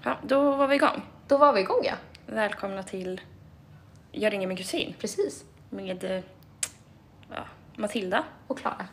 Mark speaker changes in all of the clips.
Speaker 1: Ja, då var vi igång.
Speaker 2: Då var vi igång, ja.
Speaker 1: Välkomna till Jag ringer min kusin.
Speaker 2: Precis.
Speaker 1: Med Matilda.
Speaker 2: Och Klara.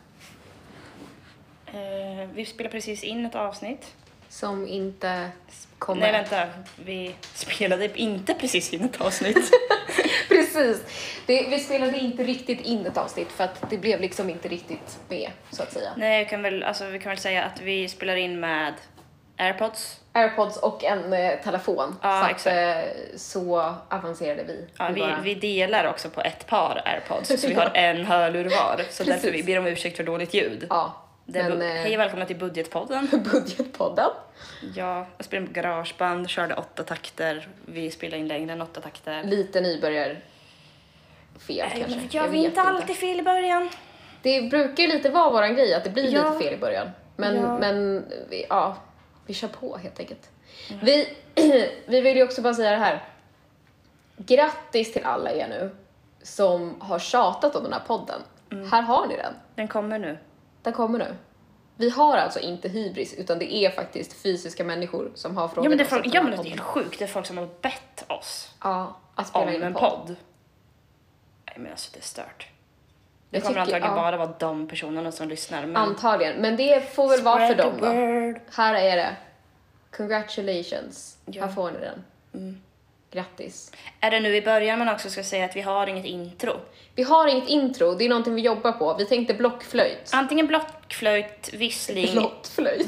Speaker 1: Vi spelar precis in ett avsnitt.
Speaker 2: Som inte kommer...
Speaker 1: Nej, vänta. Vi spelade inte precis in ett avsnitt.
Speaker 2: Precis. Vi spelade inte riktigt in ett avsnitt för att det blev liksom inte riktigt med, så att säga.
Speaker 1: Nej, vi kan väl säga att vi spelar in med
Speaker 2: AirPods och en telefon.
Speaker 1: Ja,
Speaker 2: så
Speaker 1: exakt.
Speaker 2: Så avancerade vi.
Speaker 1: Ja, vi delar också på ett par AirPods. Så vi har en hörlur var. Så därför vi ber om ursäkt för dåligt ljud.
Speaker 2: Ja.
Speaker 1: Hej och välkomna till Budgetpodden.
Speaker 2: Budgetpodden.
Speaker 1: Ja, jag spelade på garageband, körde 8 takter. Vi spelade in längre än 8 takter.
Speaker 2: Lite nybörjar fel kanske.
Speaker 1: Jag vet inte alltid fel i början.
Speaker 2: Det brukar lite vara våran grej att det blir lite fel i början. Men vi kör på helt enkelt. Vi vill ju också bara säga det här. Grattis till alla er nu som har tjatat om den här podden. Här har ni den.
Speaker 1: Den kommer nu.
Speaker 2: Den kommer nu. Vi har alltså inte hybris, utan det är faktiskt fysiska människor som har frågat
Speaker 1: oss. Det är helt sjukt. Det är folk som har bett oss
Speaker 2: att spela
Speaker 1: om
Speaker 2: in
Speaker 1: en podd. Nej, men alltså det är stört. Det kommer antagligen bara vara de personerna som lyssnar. Men...
Speaker 2: Antagligen, men det får väl vara för dem då. Här är det. Congratulations. Här får ni den. Grattis.
Speaker 1: Är det nu i början man också ska säga att vi har inget intro?
Speaker 2: Vi har inget intro, det är någonting vi jobbar på. Vi tänkte blockflöjt.
Speaker 1: Antingen blockflöjt, vissling...
Speaker 2: Blottflöjt.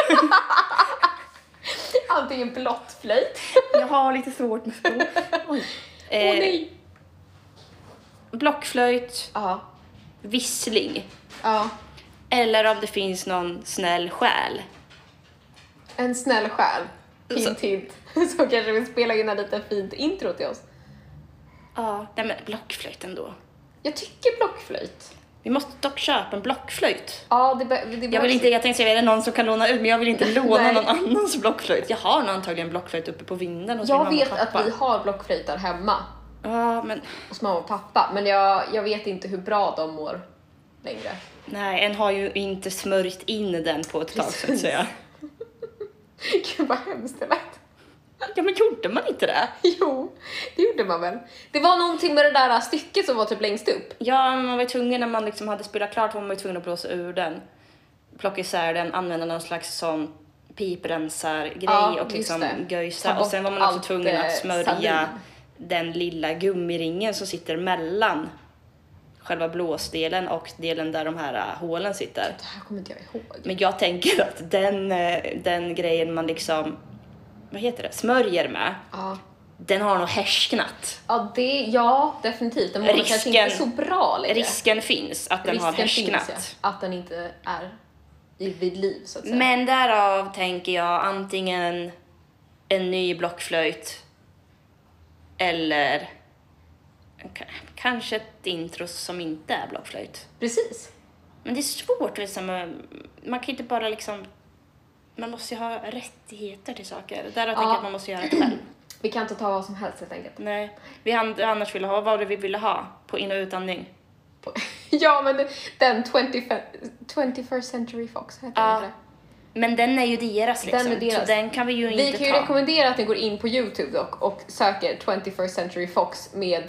Speaker 2: Antingen blottflöjt.
Speaker 1: Jag har lite svårt med språk.
Speaker 2: Nej.
Speaker 1: Blockflöjt.
Speaker 2: Ja.
Speaker 1: Vissling.
Speaker 2: Ja.
Speaker 1: Eller om det finns någon snäll själ.
Speaker 2: En snäll själ. Hint. Så kanske vi spelar in en liten fint intro till oss.
Speaker 1: Ja, nej men blockflöjt ändå.
Speaker 2: Jag tycker blockflöjt.
Speaker 1: Vi måste dock köpa en blockflöjt.
Speaker 2: Ja,
Speaker 1: jag tänkte säga, är det någon som kan låna ut, men jag vill inte låna någon annans blockflöjt. Jag har nog antagligen blockflöjt uppe på vinden hos
Speaker 2: jag vet att vi har blockflöjtar hemma.
Speaker 1: Ja, men...
Speaker 2: hos mamma och pappa. Men jag vet inte hur bra de mår längre.
Speaker 1: Nej, en har ju inte smörjt in den på ett tag, så att säga.
Speaker 2: Gud, vad hemskt det lät.
Speaker 1: Ja, men gjorde man inte det?
Speaker 2: Jo, det gjorde man väl. Det var någonting med det där stycket som var typ längst upp.
Speaker 1: Ja, man var tvungen när man liksom hade spelat klart, var man tvungen att blåsa ur den. Plocka isär den, använda någon slags sån piprensar-grej och liksom göjsa. Och sen var man också tvungen att smörja den lilla gummiringen som sitter mellan själva blåsdelen och delen där de här hålen sitter.
Speaker 2: Det här kommer inte jag ihåg.
Speaker 1: Men jag tänker att den grejen man liksom, vad heter det, smörjer med, den har nog härsknat.
Speaker 2: Ja, definitivt. Den mår kanske inte så bra längre.
Speaker 1: Risken finns att den har härsknat.
Speaker 2: Finns, ja. Att den inte är vid liv, så att säga.
Speaker 1: Men därav tänker jag antingen en ny blockflöjt eller kanske ett intro som inte är blockflöjt.
Speaker 2: Precis.
Speaker 1: Men det är svårt liksom, man kan inte bara liksom, man måste ju ha rättigheter till saker. Därav tänker jag att man måste göra det själv.
Speaker 2: Vi kan inte ta vad som helst helt enkelt.
Speaker 1: Nej, vi annars ville ha vad vi ville ha på in- och utandning.
Speaker 2: Ja, men den 21st Century Fox heter det.
Speaker 1: Men den är ju deras liksom. Den är deras. Så den kan vi ju inte ta.
Speaker 2: Vi kan ju rekommendera att ni går in på YouTube och söker 21st Century Fox med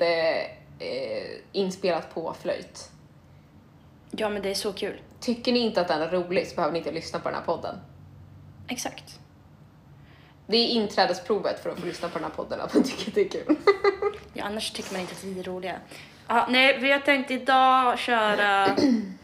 Speaker 2: inspelat på flöjt.
Speaker 1: Ja, men det är så kul.
Speaker 2: Tycker ni inte att den är rolig så behöver ni inte lyssna på den här podden.
Speaker 1: Exakt.
Speaker 2: Det är inträdesprovet för att få lyssna på den här podden, att man tycker det är kul.
Speaker 1: Ja, annars tycker man inte att vi är roliga. Nej, vi har tänkt idag köra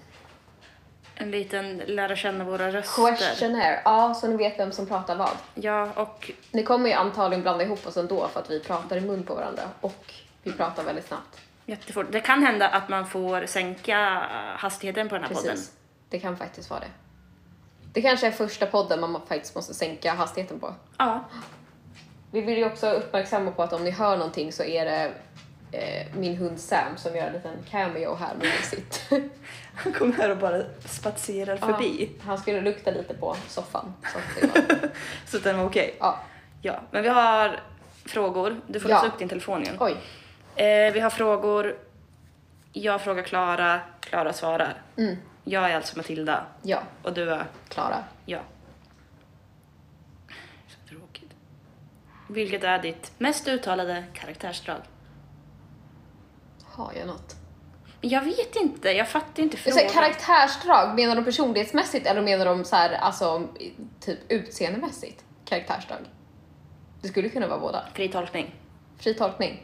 Speaker 1: en liten lära känna våra röster.
Speaker 2: Questionnaire, så ni vet vem som pratar vad.
Speaker 1: Ja, och...
Speaker 2: Ni kommer ju antagligen blanda ihop oss ändå för att vi pratar i mun på varandra och vi pratar väldigt snabbt.
Speaker 1: Jättefort. Det kan hända att man får sänka hastigheten på den här podden.
Speaker 2: Det kan faktiskt vara det. Det kanske är första podden man faktiskt måste sänka hastigheten på.
Speaker 1: Ja.
Speaker 2: Vi vill ju också uppmärksamma på att om ni hör någonting så är det min hund Sam som gör en liten cameo här med sitt.
Speaker 1: Han kommer här och bara spatserar förbi.
Speaker 2: Han skulle lukta lite på soffan.
Speaker 1: Så att den var okej.
Speaker 2: Ja,
Speaker 1: men vi har frågor. Du får läsa upp din telefon igen.
Speaker 2: Oj.
Speaker 1: Vi har frågor. Jag frågar Klara. Klara svarar. Jag är alltså Matilda.
Speaker 2: Ja.
Speaker 1: Och du är?
Speaker 2: Klara.
Speaker 1: Ja. Så tråkigt. Vilket är ditt mest uttalade karaktärsdrag?
Speaker 2: Har jag något?
Speaker 1: Jag vet inte, jag fattar inte frågan.
Speaker 2: Karaktärsdrag, menar de personlighetsmässigt eller menar de så här, alltså, typ utseendemässigt? Karaktärsdrag. Det skulle kunna vara båda.
Speaker 1: Fri tolkning.
Speaker 2: Fri tolkning.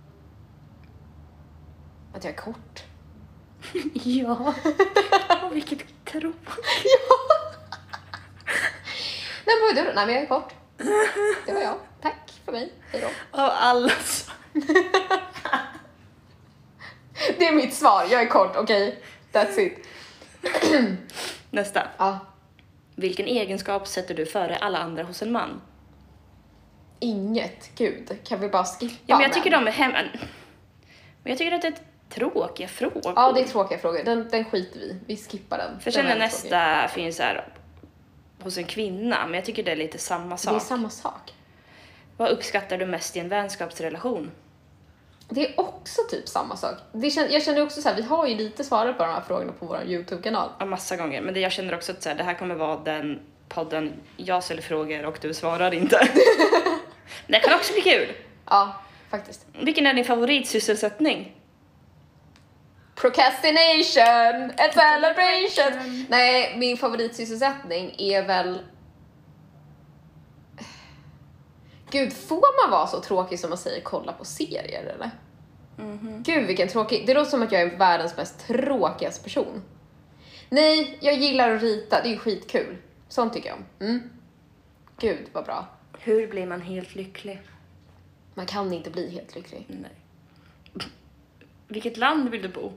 Speaker 2: Att jag är kort.
Speaker 1: Ja. Vilket tråkigt.
Speaker 2: Ja. Nej, vad är du? Nej, men jag är kort. Det var jag. Tack för mig. Hej då.
Speaker 1: Av alla.
Speaker 2: Det är mitt svar. Jag är kort, okej. That's it.
Speaker 1: Nästa.
Speaker 2: Ja.
Speaker 1: Vilken egenskap sätter du före alla andra hos en man?
Speaker 2: Inget. Gud, kan vi bara skippa
Speaker 1: Ja, men jag tycker de är Men jag tycker att det är tråkiga frågor.
Speaker 2: Ja, det är tråkiga frågor. Den skiter vi. Vi skippar den.
Speaker 1: För sen nästa finns här hos en kvinna, men jag tycker det är lite samma sak.
Speaker 2: Det är samma sak.
Speaker 1: Vad uppskattar du mest i en vänskapsrelation?
Speaker 2: Det är också typ samma sak. Jag känner också så här, vi har ju lite svarat på de här frågorna på vår YouTube-kanal.
Speaker 1: Ja, massa gånger. Men jag känner också att så här, det här kommer vara den podden jag ställer frågor och du svarar inte. Det kan också bli kul.
Speaker 2: Ja, faktiskt.
Speaker 1: Vilken är din favoritsysselsättning?
Speaker 2: Procrastination, a celebration. Nej, min favoritsysselsättning är väl... Gud, får man vara så tråkig som man säger kolla på serier eller? Gud, vilken tråkig... Det låter som att jag är världens mest tråkigaste person. Nej, jag gillar att rita. Det är ju skitkul. Sånt tycker jag om. Gud, vad bra.
Speaker 1: Hur blir man helt lycklig?
Speaker 2: Man kan inte bli helt lycklig.
Speaker 1: Nej. Vilket land vill du bo?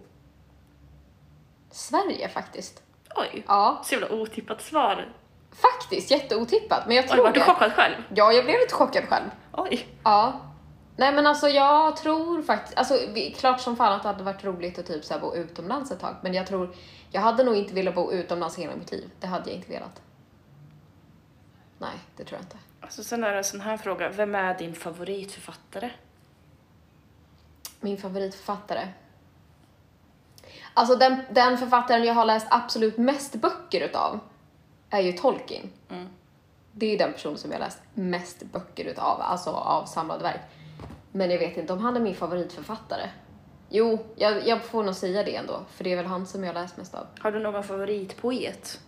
Speaker 2: Sverige faktiskt.
Speaker 1: Oj,
Speaker 2: ja.
Speaker 1: Så jävla otippat svar.
Speaker 2: Faktiskt, jätteotippat. Men jag tror
Speaker 1: var du chockad själv?
Speaker 2: Ja, jag blev lite chockad själv.
Speaker 1: Oj.
Speaker 2: Ja. Nej, men alltså jag tror faktiskt... Alltså, klart som fan att det hade varit roligt att typ så här bo utomlands ett tag. Men jag tror... Jag hade nog inte velat bo utomlands hela mitt liv. Det hade jag inte velat. Nej, det tror jag inte.
Speaker 1: Alltså, sen är det en sån här fråga. Vem är din favoritförfattare?
Speaker 2: Min favoritförfattare? Alltså den författaren jag har läst absolut mest böcker utav är ju Tolkien. Det är den person som jag har läst mest böcker utav, alltså av samlade verk. Men jag vet inte om han är min favoritförfattare. Jo, jag får nog säga det ändå, för det är väl han som jag har läst mest av.
Speaker 1: Har du någon favoritpoet?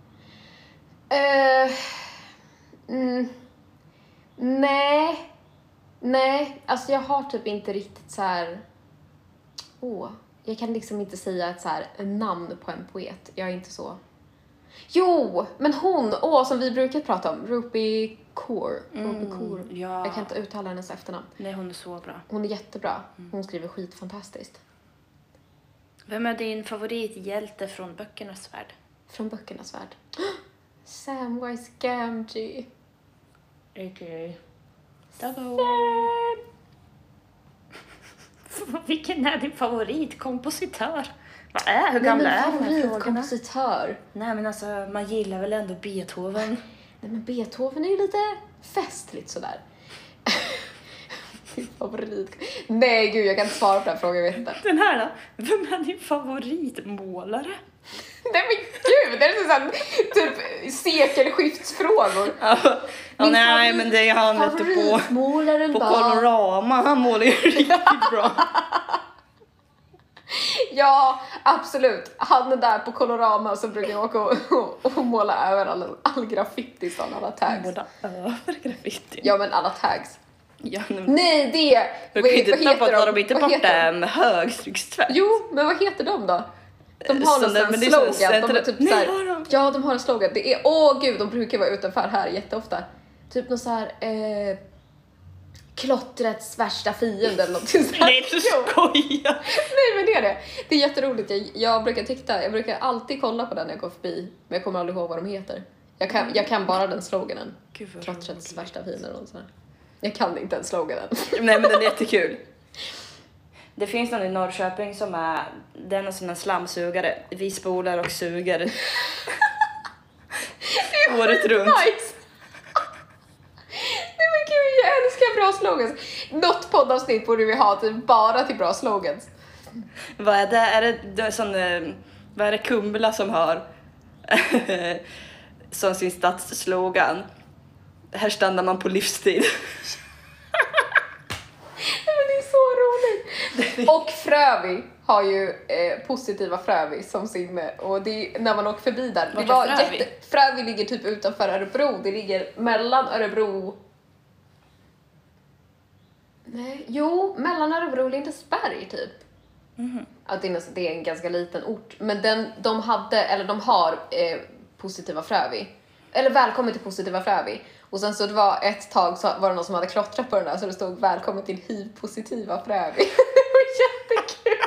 Speaker 2: Nej, alltså jag har typ inte riktigt så här. Jag kan liksom inte säga ett så här namn på en poet. Jag är inte så. Jo, men hon, som vi brukar prata om, Rupi Kaur.
Speaker 1: Ja.
Speaker 2: Jag kan inte uttala hennes efternamn.
Speaker 1: Nej, hon är så bra.
Speaker 2: Hon är jättebra. Hon skriver skitfantastiskt.
Speaker 1: Vem är din favorithjälte från böckernas värld?
Speaker 2: Från böckernas värld? Samwise Gamgee.
Speaker 1: A.k.a. Vilken är din favoritkompositör? Hur gamla är de här frågorna?
Speaker 2: Kompositör.
Speaker 1: Nej, men alltså, man gillar väl ändå Beethoven.
Speaker 2: Nej, men Beethoven är ju lite festligt sådär. Min favorit. Nej, gud, jag kan inte svara på den frågan, jag vet inte.
Speaker 1: Den här då? Vem är din favoritmålare?
Speaker 2: Nej, men gud, det är så sån, typ sekelskiftsfrågor.
Speaker 1: Nej, men det är han på Colorama. Han målar ju riktigt bra.
Speaker 2: Ja, absolut. Han är där på Colorama som brukar åka och måla över all graffiti från alla tags.
Speaker 1: Måla över graffiti?
Speaker 2: Ja, men alla tags.
Speaker 1: Ja,
Speaker 2: nej, det...
Speaker 1: Vad heter de inte borta med högtryckstvätt?
Speaker 2: Jo, men vad heter de då? De har en slogan. De är typ så här, ja, de har en slogan. Det är, gud, de brukar vara utanför här jätteofta. Typ någon så här... klottrets värsta fiende eller någonting sånt.
Speaker 1: Nej, du skojar.
Speaker 2: Nej, men det är det. Det är jätteroligt. Jag brukar alltid kolla på den när jag går förbi. Men jag kommer aldrig ihåg vad de heter. Jag kan bara den sloganen. Klottrets värsta fiende eller något sånt. Jag kan inte den sloganen.
Speaker 1: Nej, men den är jättekul. Det finns någon i Norrköping som är den och en slamsugare. Vi spolar och suger. Året runt.
Speaker 2: Nice. Nej, men gud, jag älskar bra slogans. Något poddavsnitt borde vi ha typ bara till bra slogans.
Speaker 1: Vad är det? Är det sån, vad är det Kumla som har som sin stadsslogan? Här stannar man på livstid.
Speaker 2: Och Frövi har ju positiva Frövi som sin, och det är, när man åker förbi där. Det var Frövi ligger typ utanför Örebro. Det ligger mellan Örebro. Nej, jo, mellan Örebro och Lindesberg typ. Att det är en ganska liten ort, men de har positiva Frövi. Eller välkommen till positiva Frövi. Och sen så det var ett tag så var det någon som hade klottrat på den där, så det stod välkommen till HIV-positiva Frövi. Det var jättekul.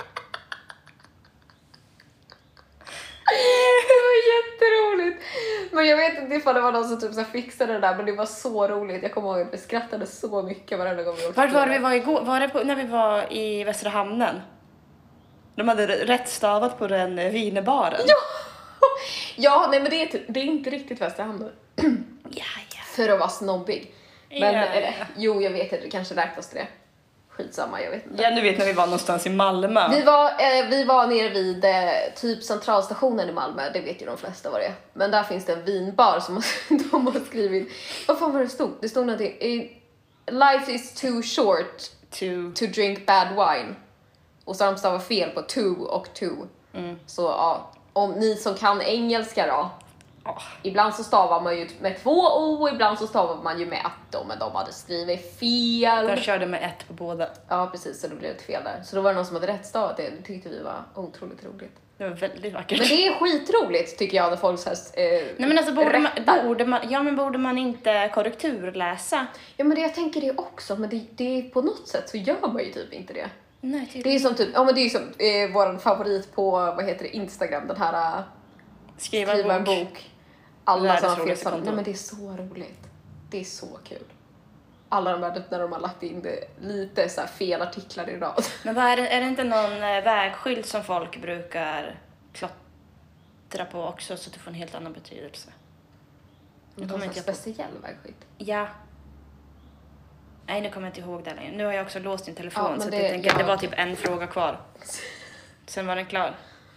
Speaker 2: Det var jätteroligt. Men jag vet inte ifall det var någon som typ så fixade det där, men det var så roligt. Jag kommer ihåg att vi skrattade så mycket varenda gång vi åkte.
Speaker 1: Vart var det vi var igår? Var det när vi var i Västra Hamnen? De hade rätt stavat på den vinebaren.
Speaker 2: Ja, nej men det är inte riktigt Västra Hamnen.
Speaker 1: Ja.
Speaker 2: För att vara snobbig. Men
Speaker 1: Ja.
Speaker 2: jo, jag vet inte, det kanske räknas till det. Skitsamma, jag vet inte.
Speaker 1: Ja, du vet när vi var någonstans i Malmö.
Speaker 2: Vi var nere vid typ centralstationen i Malmö, det vet ju de flesta vad det är. Men där finns det en vinbar som de har skrivit. Vad fan var det stod? Det stod någonting. Life is too short to drink bad wine. Och så har de stavat fel på to och to. Så ja, om ni som kan engelska då. Ibland så stavar man ju med 2 o och ibland så stavar man ju med 1 o, men de hade skrivit fel.
Speaker 1: De körde med 1 på båda.
Speaker 2: Ja, precis, så det blev ett fel där. Så då var det någon som hade rätt stavat det. Det tyckte vi var otroligt roligt.
Speaker 1: Det var väldigt vackert.
Speaker 2: Men det är skitroligt tycker jag när folk så här,
Speaker 1: nej men alltså borde man inte korrekturläsa?
Speaker 2: Ja, men jag tänker det också, men det på något sätt så gör man ju typ inte det.
Speaker 1: Nej,
Speaker 2: det är som typ, ja men det är ju som våran favorit på, vad heter det, Instagram, den här skriva en bok. Alla sådana fel. Nej men det är så roligt. Det är så kul. Alla de här när de har lagt in det, lite så här fel artiklar i rad.
Speaker 1: Men vad är det inte någon vägskylt som folk brukar klottra på också, så att det får en helt annan betydelse?
Speaker 2: Nu kommer inte speciell vägskylt.
Speaker 1: Ja. Nej, nu kommer jag inte ihåg det längre. Nu har jag också låst din telefon, ja, så jag tänker att det var typ en fråga kvar. Sen var den klar.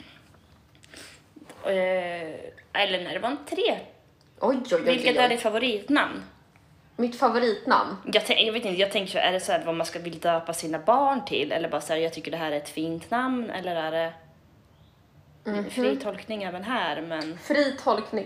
Speaker 1: Eller när det var en 3. Vilket är ditt favoritnamn?
Speaker 2: Mitt favoritnamn?
Speaker 1: Jag vet inte, jag tänker så, är det så här vad man ska vilja döpa sina barn till? Eller bara så här, jag tycker det här är ett fint namn? Eller är det fri tolkning även här? Men...
Speaker 2: Fri tolkning.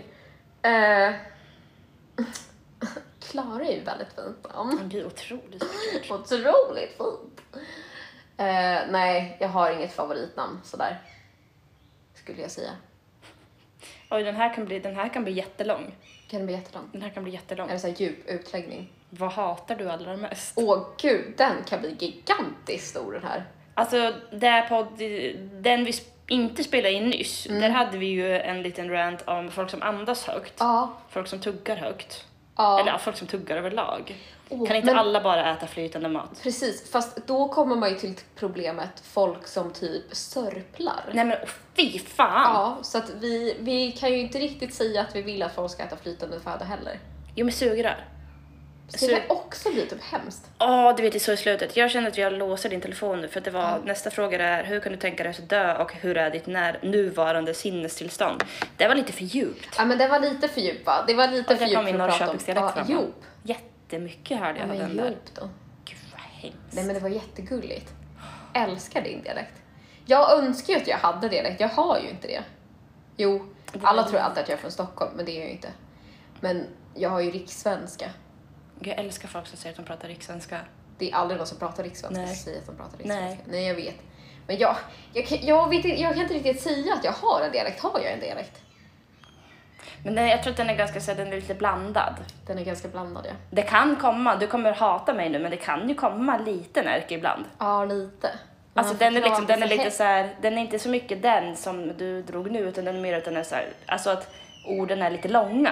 Speaker 2: Klara är ju väldigt fint namn.
Speaker 1: Det är otroligt vackert.
Speaker 2: Otroligt fint. Nej, jag har inget favoritnamn sådär. Skulle jag säga.
Speaker 1: Oj, den här kan bli jättelång.
Speaker 2: Kan den bli jättelång?
Speaker 1: Den här kan bli jättelång.
Speaker 2: Är det så här djup utläggning?
Speaker 1: Vad hatar du allra mest?
Speaker 2: Åh gud, den kan bli gigantiskt stor den här.
Speaker 1: Alltså, den vi inte spelade in nyss, där hade vi ju en liten rant om folk som andas högt.
Speaker 2: Ja.
Speaker 1: Folk som tuggar högt.
Speaker 2: Ja.
Speaker 1: Eller folk som tuggar överlag. Kan inte alla bara äta flytande mat?
Speaker 2: Precis, fast då kommer man ju till problemet folk som typ sörplar.
Speaker 1: Nej men fy fan!
Speaker 2: Ja, så att vi kan ju inte riktigt säga att vi vill att folk ska äta flytande föda heller.
Speaker 1: Jo men sugrör.
Speaker 2: Ska det också bli typ hemskt?
Speaker 1: Ja, du vet det så i slutet. Jag känner att jag låser din telefon nu, för att det var nästa fråga är: hur kan du tänka dig att dö och hur är ditt nuvarande sinnestillstånd? Det var lite för djupt.
Speaker 2: Ja, men det var lite för djupt, va? Det var lite för djupt för att prata om. Ja, djup.
Speaker 1: Jättemycket hörde jag den där.
Speaker 2: Då.
Speaker 1: Gud vad hemskt.
Speaker 2: Nej men det var jättegulligt. Älskar din dialekt. Jag önskar ju att jag hade dialekt. Jag har ju inte det. Jo, alla tror alltid att jag är från Stockholm, men det är jag ju inte. Men jag har ju rikssvenska.
Speaker 1: Jag älskar folk som säger att de pratar rikssvenska.
Speaker 2: Det är aldrig någon som pratar rikssvenska som säger att de pratar rikssvenska. Nej, jag vet. Men jag kan inte riktigt säga att jag har en dialekt. Har jag en dialekt?
Speaker 1: Men jag tror att den är ganska den är lite blandad.
Speaker 2: Den är ganska blandad, ja.
Speaker 1: Det kan komma, du kommer hata mig nu, men det kan ju komma lite närke ibland.
Speaker 2: Ja, lite.
Speaker 1: Alltså den är lite så här, den är inte så mycket den som du drog nu, utan den är mer att den är så här, alltså att orden är lite långa.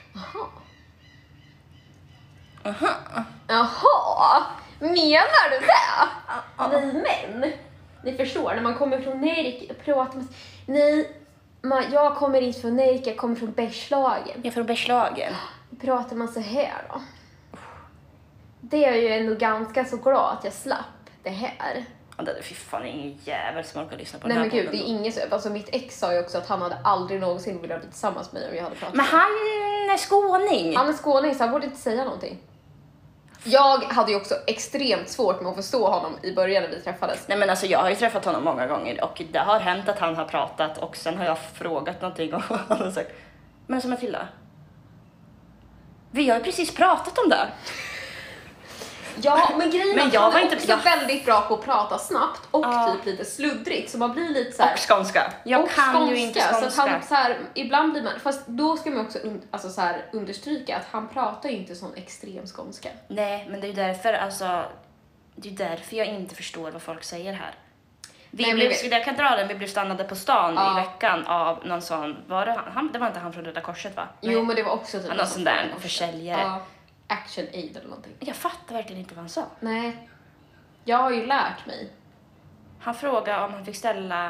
Speaker 2: Jaha, menar du det? Nej, men ni förstår, när man kommer från Närke pratar man, jag kommer inte från Närke, jag kommer från Bergslagen.
Speaker 1: Jag är från Bergslagen.
Speaker 2: Pratar man så här då? Det är ju ändå ganska så glad att jag slapp det här.
Speaker 1: Ja, det är fy fan ingen jävel som orkar lyssna på
Speaker 2: den här. Nej men gud,
Speaker 1: podden.
Speaker 2: det är inget så. Alltså mitt ex sa ju också att han hade aldrig någonsin velat bli tillsammans med mig om jag hade pratat.
Speaker 1: Men han är skåning.
Speaker 2: Han är skåning, så han borde inte säga någonting. Jag hade ju också extremt svårt med att förstå honom i början när vi träffades.
Speaker 1: Nej men alltså jag har ju träffat honom många gånger och det har hänt att han har pratat och sen har jag frågat någonting och han har sagt, men alltså Matilda, vi har ju precis pratat om det.
Speaker 2: Ja, men grejen är att han är också väldigt bra på att prata snabbt och typ lite sluddrigt, så man blir lite så här.
Speaker 1: Och skånska. Jag kan ju inte skånska.
Speaker 2: Så att han så här, ibland blir man, fast då ska man också alltså så här, understryka att han pratar ju inte sån extrem skånska.
Speaker 1: Nej, men det är ju därför, alltså, det är därför jag inte förstår vad folk säger här. Jag kan dra den, vi blev stannade på stan i veckan av någon sån, var det han? Det var inte han från Röda Korset, va?
Speaker 2: Jo, men det var också typ
Speaker 1: någon sån där försäljare.
Speaker 2: Ja. Action Aid eller någonting.
Speaker 1: Jag fattar verkligen inte vad han sa.
Speaker 2: Nej. Jag har ju lärt mig.
Speaker 1: Han frågade om han fick ställa...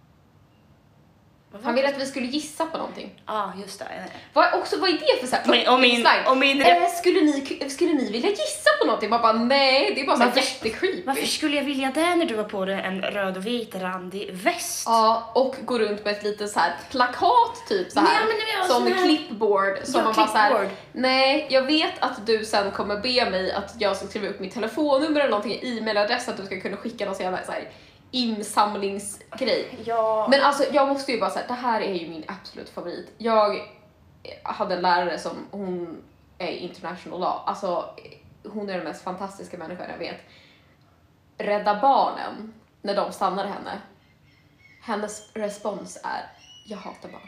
Speaker 2: Han ville att vi skulle gissa på någonting.
Speaker 1: Ja, just det.
Speaker 2: Vad är det för så här? Skulle ni vilja gissa på någonting? Man bara, nej, det är bara så jättecreepy.
Speaker 1: Varför skulle jag vilja det när du var på dig en röd och vit randig väst?
Speaker 2: Ja, och gå runt med ett litet så här plakat typ så här. Nej, som en clipboard. Som man bara så här, nej, jag vet att du sen kommer be mig att jag ska skriva upp mitt telefonnummer eller någonting, e-mailadress, att du ska kunna skicka någon så här insamlingsgrej.
Speaker 1: Ja.
Speaker 2: Men alltså jag måste ju bara säga, det här är ju min absolut favorit. Jag hade en lärare som, hon är international law. Alltså hon är den mest fantastiska människan jag vet. Rädda Barnen, när de stannar henne, hennes respons är, jag hatar barn.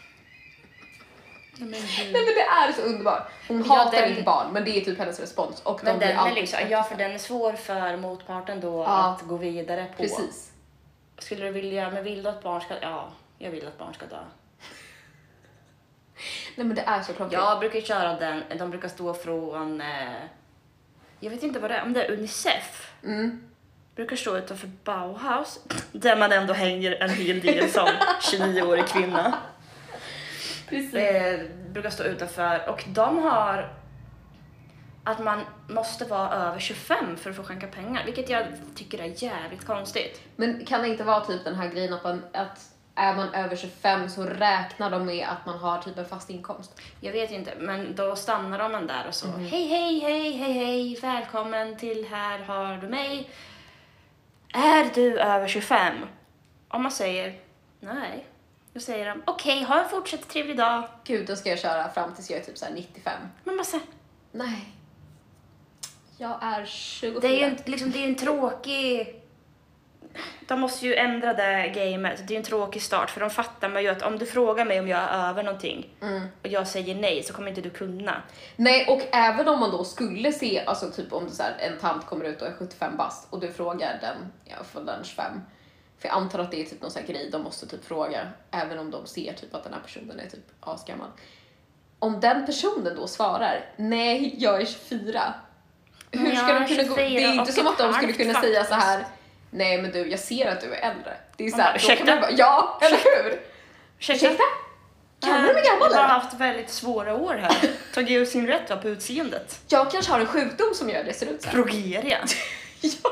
Speaker 2: Nej men det är så underbart. Hon hatar inte barn, men det är typ hennes respons. Och
Speaker 1: men den är liksom, för den är svår för motparten då att gå vidare på.
Speaker 2: Precis.
Speaker 1: Skulle du vilja, men vill du att barn ska, jag vill att barn ska dö.
Speaker 2: Nej men det är så klart.
Speaker 1: Jag brukar köra den, de brukar stå från, jag vet inte vad det är, om det är Unicef. Brukar stå utanför Bauhaus, där man ändå hänger en hel del som 29-årig kvinna.
Speaker 2: Precis.
Speaker 1: Brukar stå utanför och de har att man måste vara över 25 för att få skänka pengar, vilket jag tycker är jävligt konstigt.
Speaker 2: Men kan det inte vara typ den här grejen att är man över 25 så räknar de med att man har typ en fast inkomst?
Speaker 1: Jag vet inte, men då stannar de en där och så hej, välkommen till här har du mig. Är du över 25? Om man säger nej, då säger de okej, ha en fortsatt trevlig dag.
Speaker 2: Gud, då ska jag köra fram tills jag är typ så här 95.
Speaker 1: Men massa.
Speaker 2: Nej. Jag är 24.
Speaker 1: Det är ju liksom, det är en tråkig... De måste ju ändra det gamet. Det är ju en tråkig start, för de fattar man ju att om du frågar mig om jag är över någonting och jag säger nej, så kommer inte du kunna.
Speaker 2: Nej, och även om man då skulle se, alltså typ om det så här, en tant kommer ut och är 75 bast och du frågar den, för den 25. För jag antar att det är typ någon sån här grej de måste typ fråga, även om de ser typ att den här personen är typ asgammal. Om den personen då svarar, nej, jag är 24. Hur ska de kunna gå? Det är inte som att de skulle kunna säga så här, nej men du, jag ser att du är äldre. Det är så här, då kan man bara, ja, eller hur? Ursäkta? Kan du mig gammal?
Speaker 1: Jag har haft väldigt svåra år här. Tagit ut sin rätt på utseendet.
Speaker 2: Jag kanske har en sjukdom som gör det ser ut så här.
Speaker 1: Progeria.
Speaker 2: Ja.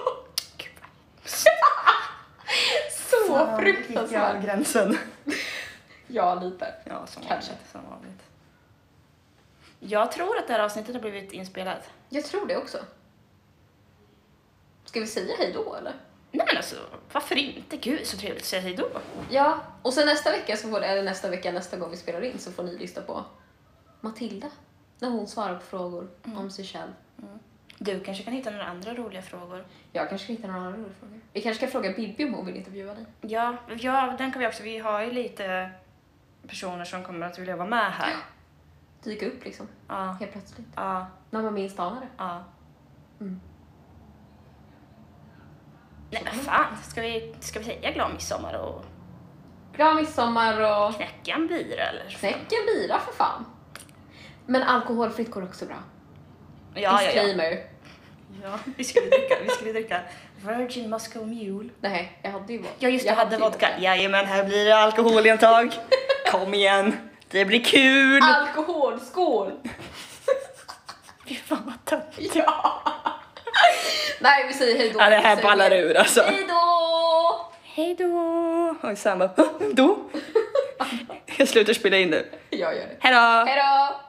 Speaker 2: Så fruktansvärt.
Speaker 1: Gränsen.
Speaker 2: Ja, lite.
Speaker 1: Ja, som
Speaker 2: kanske.
Speaker 1: Som vanligt. Jag tror att det här avsnittet har blivit inspelat.
Speaker 2: Jag tror det också. Ska vi säga hej då eller?
Speaker 1: Nej men alltså, varför inte? Gud, så trevligt att säga hej då.
Speaker 2: Ja, och sen nästa vecka så får det, eller nästa gång vi spelar in så får ni lyssna på Matilda. När hon svarar på frågor om sig själv.
Speaker 1: Du kanske kan hitta några andra roliga frågor.
Speaker 2: Jag kanske kan hitta några andra roliga frågor. Vi kanske ska fråga Bibi om hon vill intervjua dig.
Speaker 1: Ja, den kan vi också. Vi har ju lite personer som kommer att vilja vara med här.
Speaker 2: Dyka upp liksom.
Speaker 1: Ja.
Speaker 2: Helt plötsligt.
Speaker 1: Ja.
Speaker 2: När man minst anar det.
Speaker 1: Ja.
Speaker 2: Mm.
Speaker 1: Nej men fan, ska vi säga glad midsommar och...
Speaker 2: Glad midsommar och...
Speaker 1: Knäcka en bira eller?
Speaker 2: Knäcka en bira för fan. Men alkoholfritt går också bra.
Speaker 1: Ja.
Speaker 2: Disclaimer.
Speaker 1: Ja, vi skulle dricka Virgin Moscow Mule.
Speaker 2: Nej, jag hade ju vodka.
Speaker 1: Ja just det, jag hade vodka. Jajamän, här blir det alkoholintag. Kom igen, det blir kul.
Speaker 2: Alkohol, skål.
Speaker 1: Fy fan vad töntigt.
Speaker 2: Ja. Nej, vi säger hej då.
Speaker 1: Ja, det här ballar ur alltså.
Speaker 2: Hej då.
Speaker 1: Hej då. Och Sam bara, då? Jag slutar spela in nu.
Speaker 2: Jag gör det.
Speaker 1: Hej då.
Speaker 2: Hej då.